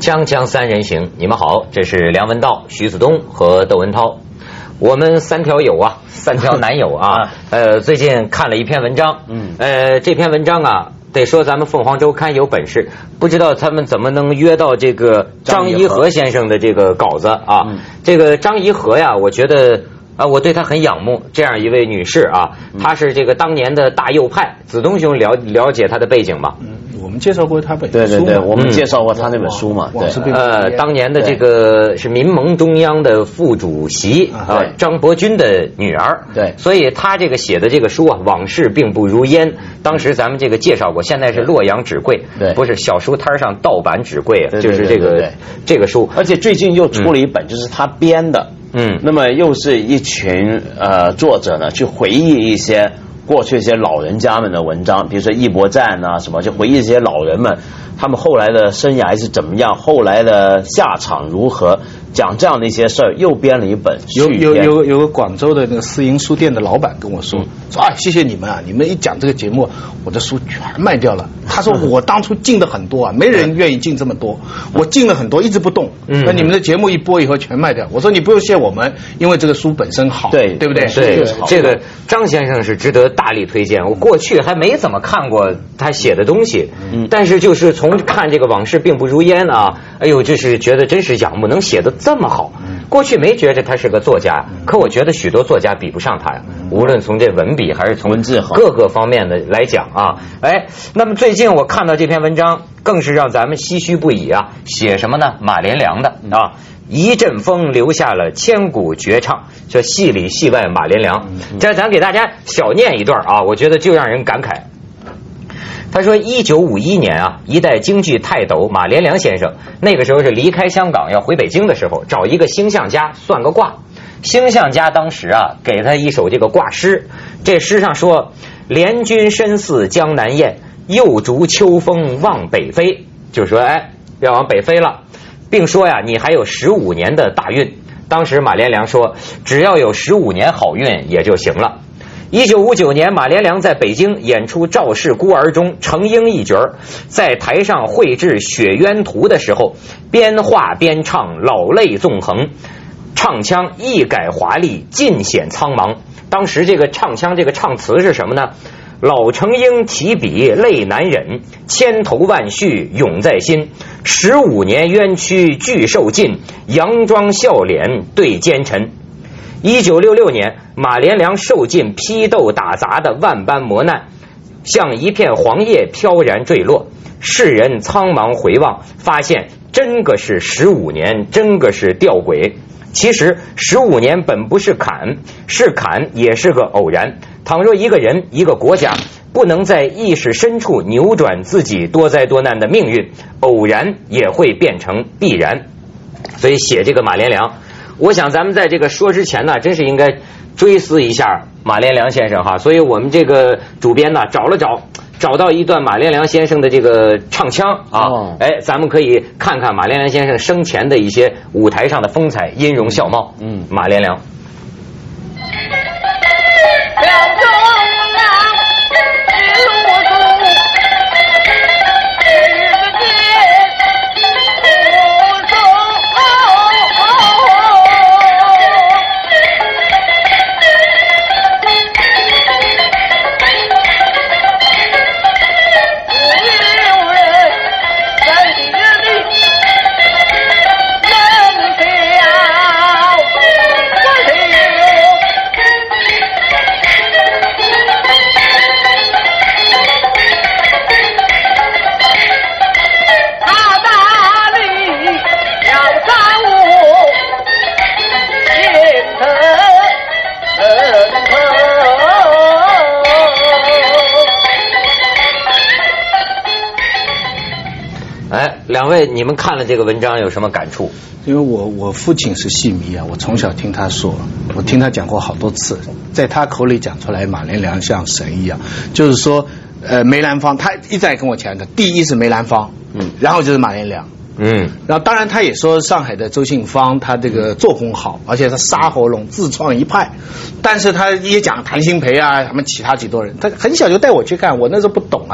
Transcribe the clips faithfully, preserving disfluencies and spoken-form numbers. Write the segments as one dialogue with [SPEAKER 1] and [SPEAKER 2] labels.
[SPEAKER 1] 锵锵三人行，你们好，这是梁文道、徐子东和窦文涛，我们三条友啊，三条男友啊，呃，最近看了一篇文章，嗯，呃，这篇文章啊，得说咱们凤凰周刊有本事，不知道他们怎么能约到这个张颐和先生的这个稿子啊？嗯、这个张颐和呀，我觉得。啊，我对她很仰慕，这样一位女士啊，她是这个当年的大右派。子东兄了了解她的背景吗？
[SPEAKER 2] 嗯，我们介绍过她本书，
[SPEAKER 3] 对对对，我们介绍过她那本书嘛。对，
[SPEAKER 1] 呃，当年的这个是民盟中央的副主席啊，张伯钧的女儿。
[SPEAKER 3] 对，
[SPEAKER 1] 所以她这个写的这个书啊，往事并不如烟。当时咱们这个介绍过，现在是洛阳纸贵，
[SPEAKER 3] 对，
[SPEAKER 1] 不是小书摊上盗版纸贵啊，就是这个这个书。
[SPEAKER 3] 而且最近又出了一本，就是他编的。嗯，那么又是一群呃作者呢，去回忆一些过去一些老人家们的文章，比如说义伯赞啊什么，就回忆这些老人们他们后来的生涯是怎么样，后来的下场如何，讲这样的一些事儿，又编了一本
[SPEAKER 2] 有有有有个广州的那个私营书店的老板跟我说，嗯、说啊，谢谢你们啊，你们一讲这个节目，我的书全卖掉了。他说我当初进的很多啊，没人愿意进这么多，我进了很多，一直不动。嗯，那你们的节目一播以后全卖掉。我说你不用谢我们，因为这个书本身好，
[SPEAKER 3] 对
[SPEAKER 2] 对不对？
[SPEAKER 1] 对，这个张先生是值得大力推荐。我过去还没怎么看过他写的东西，嗯，但是就是从看这个往事并不如烟啊，哎呦，这是觉得真是仰慕，能写得这么好。过去没觉得他是个作家，可我觉得许多作家比不上他呀，无论从这文笔还是从
[SPEAKER 3] 文字好
[SPEAKER 1] 各个方面的来讲啊。哎，那么最近我看到这篇文章，更是让咱们唏嘘不已啊。写什么呢？马连良的啊，一阵风留下了千古绝唱，这戏里戏外马连良。这咱给大家小念一段啊，我觉得就让人感慨。他说一九五一年啊，一代京剧泰斗马连良先生那个时候是离开香港要回北京的时候，找一个星象家算个卦。星象家当时啊给他一首这个卦诗，这诗上说联军身似江南雁，又逐秋风望北飞，就说哎要往北飞了，并说呀你还有十五年的大运。当时马连良说只要有十五年好运也就行了。一九五九年，马连良在北京演出《赵氏孤儿》中程婴一角，在台上绘制《雪渊图》的时候，边画边唱，老泪纵横，唱腔一改华丽，尽显苍茫。当时这个唱腔，这个唱词是什么呢？老程婴提笔泪难忍，千头万绪涌在心，十五年冤屈俱受尽，佯装笑脸对奸臣。一九六六年，马连良受尽批斗打砸的万般磨难，像一片黄叶飘然坠落。世人苍茫回望，发现真个是十五年，真个是吊诡。其实十五年本不是坎，是坎也是个偶然。倘若一个人一个国家不能在意识深处扭转自己多灾多难的命运，偶然也会变成必然。所以写这个马连良，我想咱们在这个说之前呢，真是应该追思一下马连良先生哈。所以我们这个主编呢找了找，找到一段马连良先生的这个唱腔啊，哦、哎，咱们可以看看马连良先生生前的一些舞台上的风采、音容笑貌。嗯，马连良。两位，你们看了这个文章有什么感触？
[SPEAKER 2] 因为我我父亲是戏迷啊，我从小听他说，我听他讲过好多次，在他口里讲出来马连良像神一样，就是说，呃，梅兰芳，他一再跟我强调，第一是梅兰芳，嗯，然后就是马连良，嗯，然后当然他也说上海的周信芳，他这个作风好，而且他杀喉咙自创一派，但是他也讲谭鑫培啊，什么其他几多人，他很小就带我去看，我那时候不懂啊。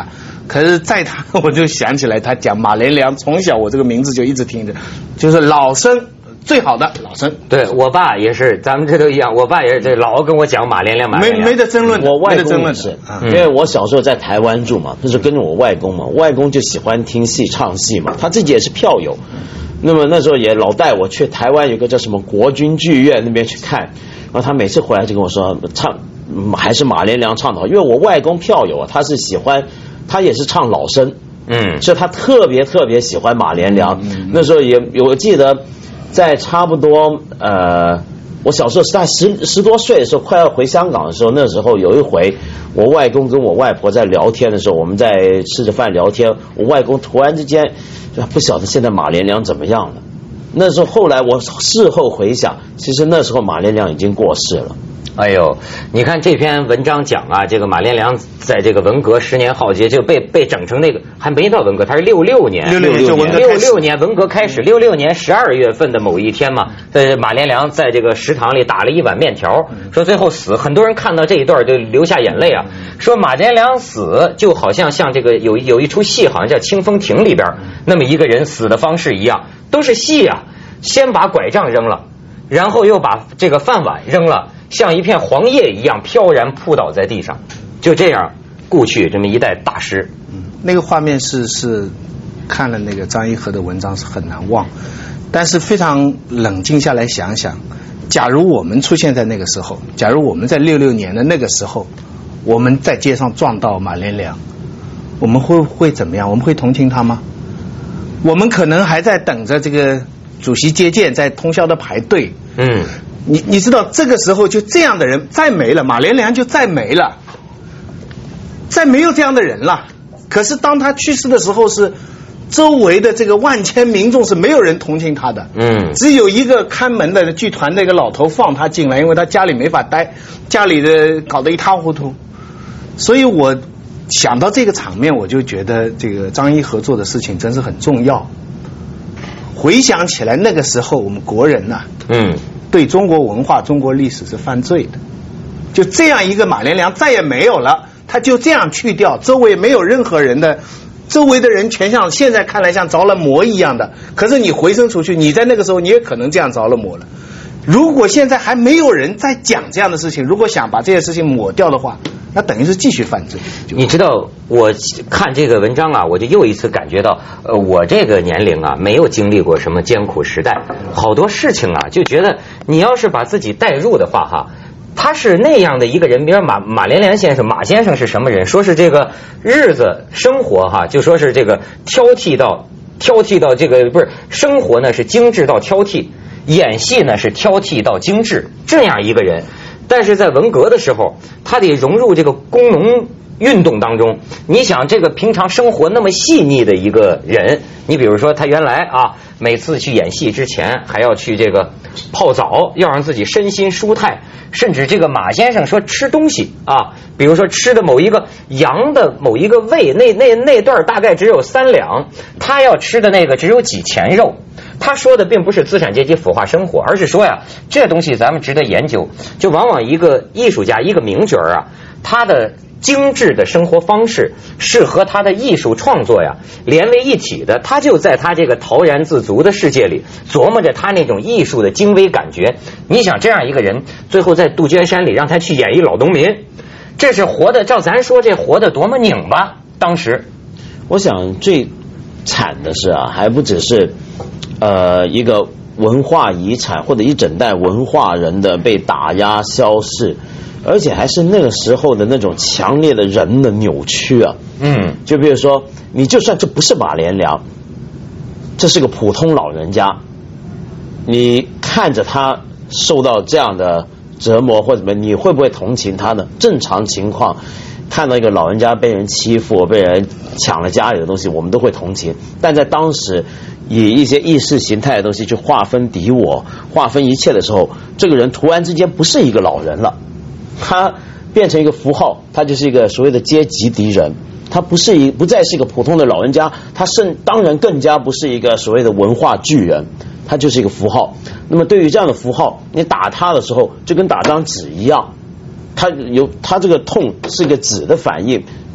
[SPEAKER 2] 可是在他我就想起来，他讲马连良，从小我这个名字就一直听着，就是老生。最好的老生，
[SPEAKER 1] 对我爸也是，咱们这都一样。我爸也是这老跟我讲马连良，马连良
[SPEAKER 2] 没没得争论。
[SPEAKER 3] 我外公也是，因为我小时候在台湾住嘛，那是跟着我外公嘛，我外公就喜欢听戏唱戏嘛，他自己也是票友，那么那时候也老带我去台湾有个叫什么国军剧院那边去看，然后他每次回来就跟我说唱、嗯、还是马连良唱的好，因为我外公票友啊，他是喜欢，他也是唱老生，嗯，所以他特别特别喜欢马连良。嗯、那时候也有我记得。在差不多呃，我小时候是在十十多岁的时候，快要回香港的时候，那时候有一回，我外公跟我外婆在聊天的时候，我们在吃着饭聊天，我外公突然之间不晓得现在马连良怎么样了。那时候后来我事后回想，其实那时候马连良已经过世了。
[SPEAKER 1] 哎呦，你看这篇文章讲啊，这个马连良在这个文革十年浩劫就被被整成那个，还没到文革，他是六六年，
[SPEAKER 2] 六六年
[SPEAKER 1] 六六年文革开始，六六年十二月份的某一天嘛，呃，马连良在这个食堂里打了一碗面条，说最后死，很多人看到这一段就流下眼泪啊，说马连良死就好像像这个有有一出戏，好像叫《清风亭》里边那么一个人死的方式一样，都是戏啊，先把拐杖扔了，然后又把这个饭碗扔了。像一片黄叶一样飘然扑倒在地上，就这样故去这么一代大师。
[SPEAKER 2] 嗯，那个画面是是看了那个张一和的文章是很难忘，但是非常冷静下来想想，假如我们出现在那个时候，假如我们在六六年的那个时候，我们在街上撞到马连良，我们会会怎么样？我们会同情他吗？我们可能还在等着这个主席接见，在通宵的排队。嗯。你你知道这个时候就这样的人再没了，马连良就再没了，再没有这样的人了。可是当他去世的时候，是周围的这个万千民众是没有人同情他的，嗯，只有一个看门的剧团那个老头放他进来，因为他家里没法待，家里的搞得一塌糊涂。所以我想到这个场面，我就觉得这个张一和做的事情真是很重要。回想起来，那个时候我们国人呐、啊，嗯。对中国文化、中国历史是犯罪的，就这样一个马连良再也没有了，他就这样去掉，周围没有任何人的，周围的人全像现在看来像着了魔一样的。可是你回身出去，你在那个时候你也可能这样着了魔了。如果现在还没有人在讲这样的事情，如果想把这些事情抹掉的话，那等于是继续犯罪。
[SPEAKER 1] 你知道我看这个文章啊，我就又一次感觉到，呃，我这个年龄啊，没有经历过什么艰苦时代，好多事情啊，就觉得你要是把自己带入的话，哈，他是那样的一个人。比如马马连良先生，马先生是什么人？说是这个日子生活哈，就说是这个挑剔到挑剔到这个不是生活呢是精致到挑剔，演戏呢是挑剔到精致，这样一个人。但是在文革的时候，他得融入这个工农运动当中。你想这个平常生活那么细腻的一个人，你比如说他原来啊，每次去演戏之前还要去这个泡澡，要让自己身心舒泰。甚至这个马先生说吃东西啊，比如说吃的某一个羊的某一个胃，那那那段大概只有三两，他要吃的那个只有几钱肉。他说的并不是资产阶级腐化生活，而是说呀，这东西咱们值得研究。就往往一个艺术家，一个名角啊，他的精致的生活方式是和他的艺术创作呀连为一体的。他就在他这个陶然自足的世界里琢磨着他那种艺术的精微感觉。你想这样一个人，最后在杜鹃山里让他去演一老农民，这是活的，照咱说这活的多么拧巴。当时
[SPEAKER 3] 我想最惨的是啊，还不只是呃一个文化遗产或者一整代文化人的被打压消逝，而且还是那个时候的那种强烈的人的扭曲啊。嗯，就比如说你就算这不是马连良，这是个普通老人家，你看着他受到这样的折磨或者什么，你会不会同情他呢？正常情况看到一个老人家被人欺负，被人抢了家里的东西，我们都会同情。但在当时以一些意识形态的东西去划分敌我，划分一切的时候，这个人突然之间不是一个老人了，他变成一个符号，他就是一个所谓的阶级敌人，他不是一不再是一个普通的老人家，他甚当然更加不是一个所谓的文化巨人，他就是一个符号。那么对于这样的符号，你打他的时候就跟打张纸一样，他有他这个痛是一个纸的反应，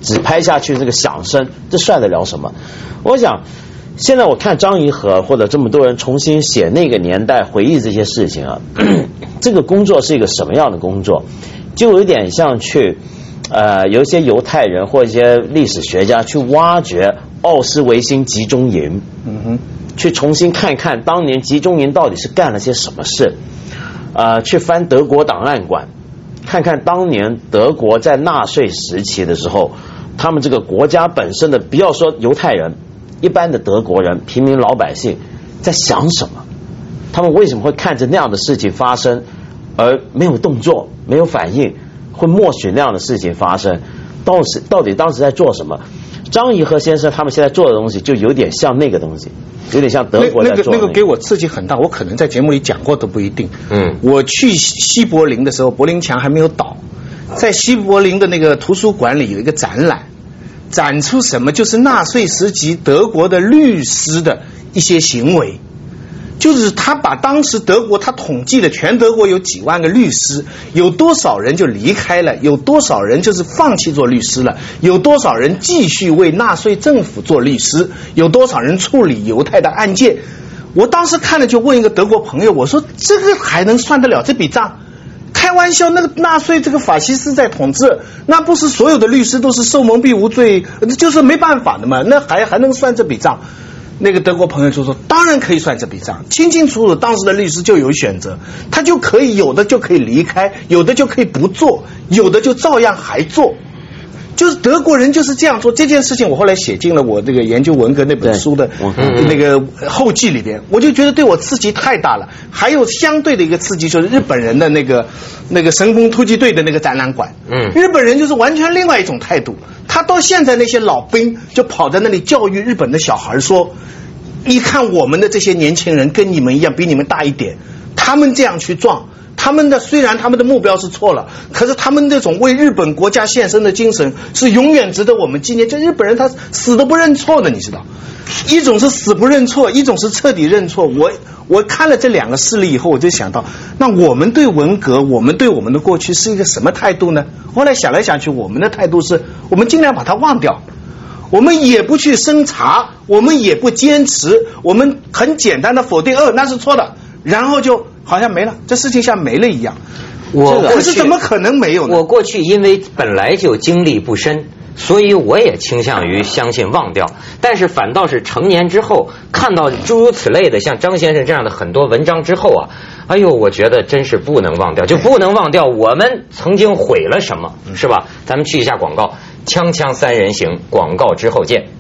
[SPEAKER 3] 只拍下去这个响声，这算得了什么？我想，现在我看张颐和或者这么多人重新写那个年代回忆这些事情啊，这个工作是一个什么样的工作？就有点像去，呃，有一些犹太人或一些历史学家去挖掘奥斯维辛集中营，嗯哼，去重新看看当年集中营到底是干了些什么事，呃，去翻德国档案馆，看看当年德国在纳粹时期的时候，他们这个国家本身的，不要说犹太人，一般的德国人、平民老百姓在想什么？他们为什么会看着那样的事情发生，而没有动作、没有反应，会默许那样的事情发生？到底到底当时在做什么？张颐和先生他们现在做的东西，就有点像那个东西，有点像德国在做的、那个。
[SPEAKER 2] 那个那个给我刺激很大，我可能在节目里讲过都不一定。嗯，我去西柏林的时候，柏林墙还没有倒，在西柏林的那个图书馆里有一个展览，展出什么？就是纳粹时期德国的律师的一些行为。就是他把当时德国，他统计了全德国有几万个律师，有多少人就离开了，有多少人就是放弃做律师了，有多少人继续为纳粹政府做律师，有多少人处理犹太的案件。我当时看了就问一个德国朋友，我说这个还能算得了这笔账？开玩笑，那个纳粹这个法西斯在统治，那不是所有的律师都是受蒙蔽无罪，就是没办法的嘛，那还还能算这笔账？那个德国朋友就说当然可以算这笔账，清清楚楚当时的律师就有选择，他就可以有的就可以离开，有的就可以不做，有的就照样还做。就是德国人就是这样做。这件事情我后来写进了我这个研究文革那本书的那个后记里边，我就觉得对我刺激太大了。还有相对的一个刺激就是日本人的那个那个神风突击队的那个展览馆，嗯，日本人就是完全另外一种态度。他到现在那些老兵就跑在那里教育日本的小孩说，你看我们的这些年轻人跟你们一样，比你们大一点，他们这样去撞，他们的虽然他们的目标是错了，可是他们这种为日本国家献身的精神是永远值得我们纪念。这日本人他死都不认错的，你知道，一种是死不认错，一种是彻底认错。我我看了这两个事例以后，我就想到，那我们对文革，我们对我们的过去是一个什么态度呢？后来想来想去，我们的态度是我们尽量把它忘掉，我们也不去深查，我们也不坚持，我们很简单的否定，哦，那是错的，然后就好像没了，这事情像没了一样。
[SPEAKER 1] 我
[SPEAKER 2] 可是怎么可能没有呢？
[SPEAKER 1] 我过去因为本来就经历不深，所以我也倾向于相信忘掉。但是反倒是成年之后，看到诸如此类的像张先生这样的很多文章之后啊，哎呦，我觉得真是不能忘掉，就不能忘掉我们曾经毁了什么，是吧？咱们去一下广告，锵锵三人行，广告之后见。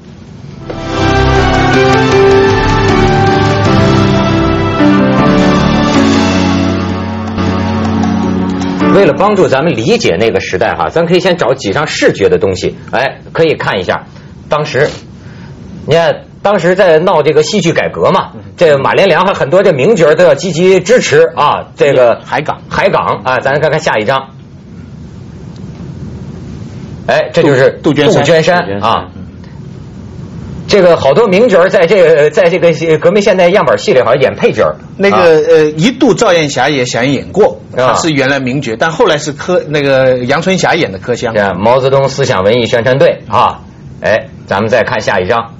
[SPEAKER 1] 为了帮助咱们理解那个时代哈，咱可以先找几张视觉的东西，哎，可以看一下。当时，你看，当时在闹这个戏剧改革嘛，这个马连良和很多这名角都要积极支持啊。这个
[SPEAKER 2] 海港，
[SPEAKER 1] 海港啊，咱看看下一张。哎，这就是
[SPEAKER 2] 杜鹃山，
[SPEAKER 1] 杜鹃山啊。这个好多名角在这个在这个革命现代样板戏里好像演配角。
[SPEAKER 2] 那个、啊、呃，一度赵燕霞也想演过，他是原来名角，但后来是柯那个杨春霞演的柯湘。
[SPEAKER 1] 毛泽东思想文艺宣传队啊，哎，咱们再看下一张。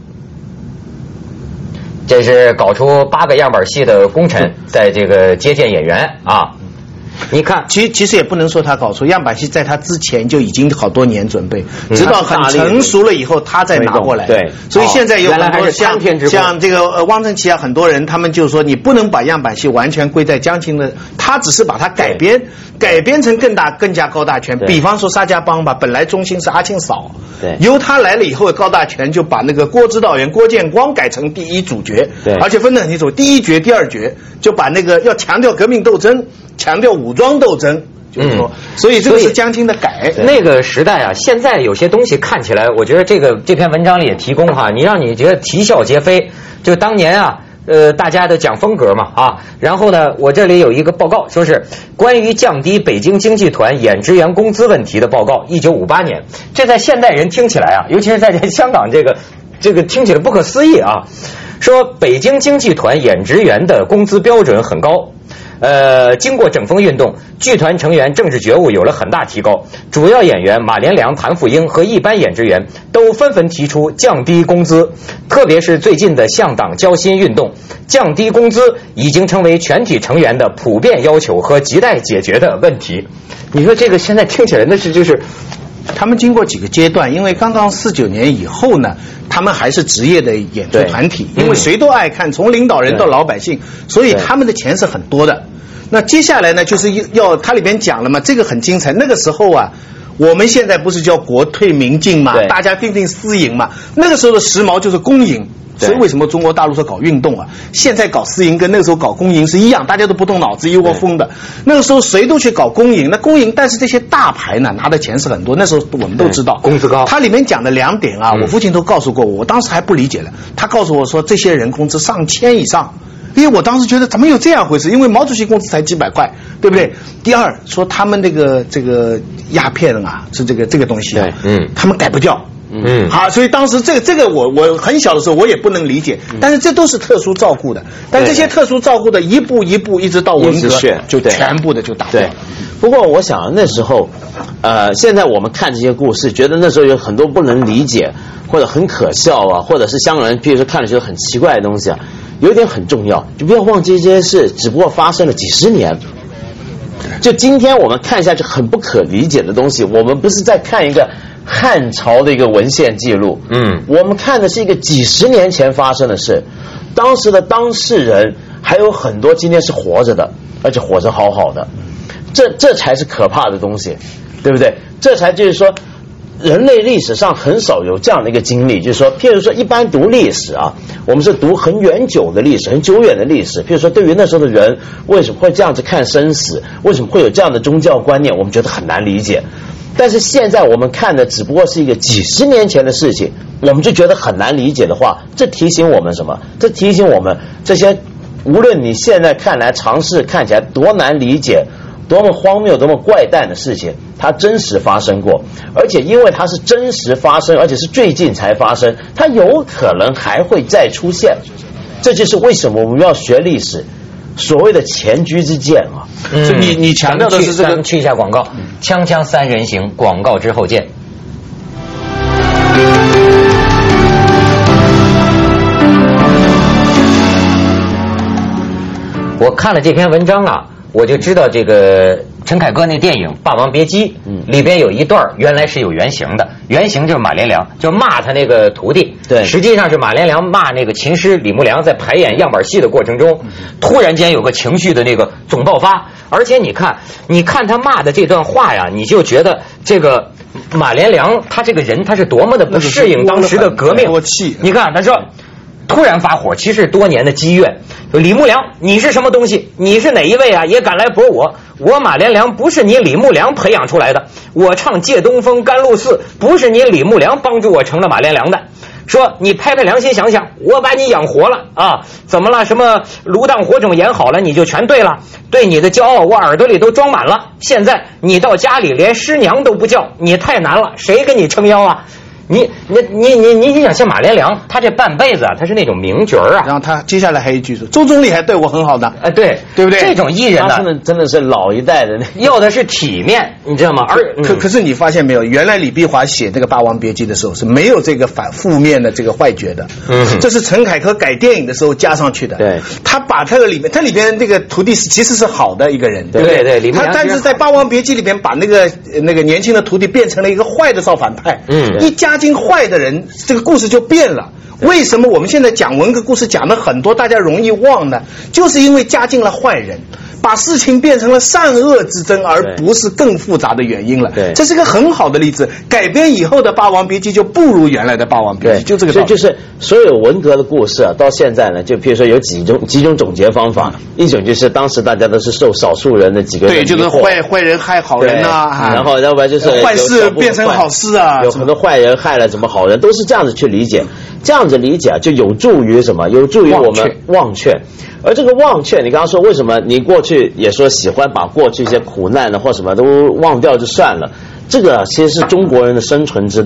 [SPEAKER 1] 这是搞出八个样板戏的功臣在这个接见演员啊。你看，
[SPEAKER 2] 其实其实也不能说他搞出样板戏，在他之前就已经好多年准备，直到很成熟了以后，他再拿过来。
[SPEAKER 1] 对，
[SPEAKER 2] 所以现在有很多像像这个呃汪曾祺啊，很多人他们就说，你不能把样板戏完全归在江青的，他只是把它改编，改编成更大更加高大全。比方说沙家浜吧，本来中心是阿庆嫂，对，由他来了以后，高大全就把那个郭指导员郭建光改成第一主角，对，而且分得很清楚，第一角、第二角，就把那个要强调革命斗争。强调武装斗争，就是说，嗯、所以这个是江青的改。
[SPEAKER 1] 那个时代啊，现在有些东西看起来，我觉得这个这篇文章里也提供哈，你让你觉得啼笑皆非。就当年啊，呃，大家都讲风格嘛啊，然后呢，我这里有一个报告，说是关于降低北京经济团演职员工资问题的报告，一九五八年。这在现代人听起来啊，尤其是在这香港这个这个听起来不可思议啊。说北京经济团演职员的工资标准很高。 呃，经过整风运动，剧团成员政治觉悟有了很大提高，主要演员马连良、谭富英和一般演职员都纷纷提出降低工资，特别是最近的向党交心运动，降低工资已经成为全体成员的普遍要求和亟待解决的问题。你说这个现在听起来那是就是。
[SPEAKER 2] 他们经过几个阶段，因为刚刚四九年以后呢，他们还是职业的演出团体，因为谁都爱看，从领导人到老百姓，所以他们的钱是很多的。那接下来呢，就是要它里边讲了嘛，这个很精彩。那个时候啊，我们现在不是叫国退民进嘛，大家定定私营嘛，那个时候的时髦就是公营。所以为什么中国大陆说搞运动啊？现在搞私营跟那个时候搞公营是一样，大家都不动脑子，一窝蜂的。那个时候谁都去搞公营，那公营，但是这些大牌呢拿的钱是很多。那时候我们都知道，
[SPEAKER 1] 工资高。
[SPEAKER 2] 它里面讲的两点啊，我父亲都告诉过我，我当时还不理解了。他告诉我说，这些人工资上千以上。因为我当时觉得怎么有这样回事？因为毛主席工资才几百块，对不对？第二，说他们那个这个鸦片啊，是这个这个东西啊，嗯，他们改不掉。嗯，好，所以当时这个这个我我很小的时候我也不能理解，但是这都是特殊照顾的，但这些特殊照顾的一步一步一直到文革就全部的就打掉了。
[SPEAKER 3] 不过我想那时候，呃，现在我们看这些故事，觉得那时候有很多不能理解或者很可笑啊，或者是香港人，譬如说看了觉得很奇怪的东西啊，有一点很重要，就不要忘记这些事只不过发生了几十年。就今天我们看下去很不可理解的东西，我们不是在看一个汉朝的一个文献记录，嗯，我们看的是一个几十年前发生的事，当时的当事人还有很多今天是活着的，而且活着好好的，这这才是可怕的东西，对不对？这才就是说人类历史上很少有这样的一个经历，就是说譬如说一般读历史啊，我们是读很远久的历史，很久远的历史，譬如说对于那时候的人为什么会这样子看生死，为什么会有这样的宗教观念，我们觉得很难理解。但是现在我们看的只不过是一个几十年前的事情，我们就觉得很难理解的话，这提醒我们什么？这提醒我们这些无论你现在看来尝试看起来多难理解，多么荒谬多么怪诞的事情，它真实发生过，而且因为它是真实发生，而且是最近才发生，它有可能还会再出现。这就是为什么我们要学历史，所谓的前车之鉴啊。
[SPEAKER 1] 嗯，你你强调的是这个。去一下广告，锵锵三人行，广告之后见。我看了这篇文章啊，我就知道这个陈凯歌那电影《霸王别姬》里边有一段原来是有原型的，原型就是马连良就骂他那个徒弟，对，实际上是马连良骂那个琴师李木良在排演样板戏的过程中，突然间有个情绪的那个总爆发，而且你看，你看他骂的这段话呀，你就觉得这个马连良他这个人他是多么的不适应当时的革命，你看他说。突然发火，其实多年的积怨。李木良，你是什么东西？你是哪一位啊？也敢来驳我？我马连良不是你李木良培养出来的，我唱借东风甘露寺不是你李木良帮助我成了马连良的。说你拍拍良心想想，我把你养活了啊，怎么了？什么炉荡火种演好了，你就全对了。对你的骄傲，我耳朵里都装满了。现在你到家里连师娘都不叫，你太难了，谁给你撑腰啊？你你你你你你想像马连良，他这半辈子啊，他是那种名角啊。
[SPEAKER 2] 然后他接下来还有一句说，周总理还对我很好的，
[SPEAKER 1] 哎，对
[SPEAKER 2] 对不对？
[SPEAKER 1] 这种艺人呢，
[SPEAKER 3] 真的真的是老一代的，
[SPEAKER 1] 要的是体面，你知道吗？而
[SPEAKER 2] 可可是你发现没有，原来李碧华写这个《霸王别姬》的时候是没有这个反负面的这个坏角的，嗯，这是陈凯歌改电影的时候加上去的。
[SPEAKER 3] 对，
[SPEAKER 2] 他把这个里面，他里边这个徒弟是其实是好的一个人，对不对？
[SPEAKER 1] 对对，
[SPEAKER 2] 他但是在《霸王别姬》里边把那个那个年轻的徒弟变成了一个坏的造反派，嗯，一加进坏的人。这个故事就变了。为什么我们现在讲文革故事讲的很多大家容易忘呢？就是因为加进了坏人，把事情变成了善恶之争，而不是更复杂的原因了。对，这是个很好的例子。改编以后的《霸王别姬》就不如原来的《霸王别姬》，就这个道理。
[SPEAKER 3] 所以就是所有文革的故事啊，到现在呢，就比如说有几种几种总结方法，一种就是当时大家都是受少数人的几个人
[SPEAKER 2] 对，就是坏坏人害好人啊，
[SPEAKER 3] 然后要不然就是
[SPEAKER 2] 坏事变成好事啊，
[SPEAKER 3] 有很多坏人害了什么好人，都是这样子去理解。这样子理解啊，就有助于什么？有助于我们忘却。而这个忘却，你刚刚说为什么你过去也说喜欢把过去一些苦难的或什么都忘掉就算了？这个其实是中国人的生存之道。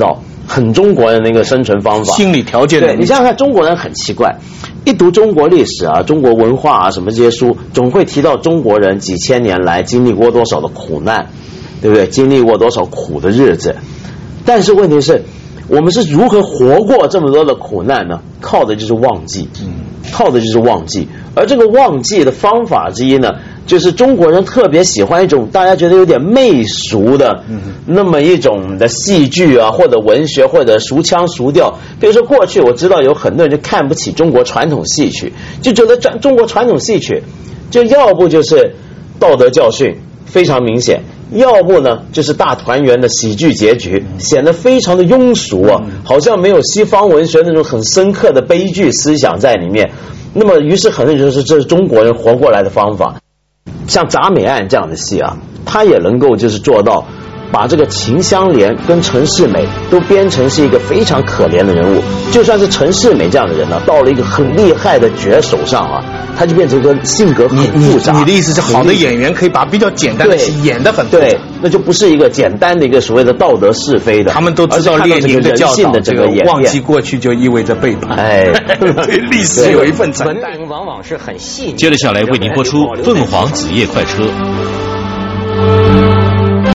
[SPEAKER 3] 很中国人的一个生存方法，
[SPEAKER 2] 心理条件的。
[SPEAKER 3] 对，你想想看，中国人很奇怪，一读中国历史啊、中国文化啊什么这些书，总会提到中国人几千年来经历过多少的苦难，对不对？经历过多少苦的日子。但是问题是，我们是如何活过这么多的苦难呢？靠的就是忘记，靠的就是忘记。而这个忘记的方法之一呢，就是中国人特别喜欢一种大家觉得有点媚俗的那么一种的戏剧啊，或者文学，或者俗腔俗调。比如说过去我知道有很多人就看不起中国传统戏曲，就觉得中国传统戏曲就要不就是道德教训非常明显，要不呢就是大团圆的喜剧结局，显得非常的庸俗啊，好像没有西方文学那种很深刻的悲剧思想在里面。那么于是很多人就说这是中国人活过来的方法。像《铡美案》这样的戏啊，它也能够就是做到把这个秦香莲跟陈世美都编成是一个非常可怜的人物。就算是陈世美这样的人呢，到了一个很厉害的角手上啊，他就变成一个性格很复杂。
[SPEAKER 2] 你, 你, 你的意思是，好的演员可以把比较简单的戏演得很复杂，
[SPEAKER 3] 对，那就不是一个简单的一个所谓的道德是非的。
[SPEAKER 2] 他们都知道列宁的教导，
[SPEAKER 3] 这个
[SPEAKER 2] 忘记过去就意味着背叛。
[SPEAKER 3] 哎，
[SPEAKER 2] 对历史有一份承担。
[SPEAKER 1] 文明往往是很细腻。
[SPEAKER 4] 接着下来为您播出《凤凰子夜快车》。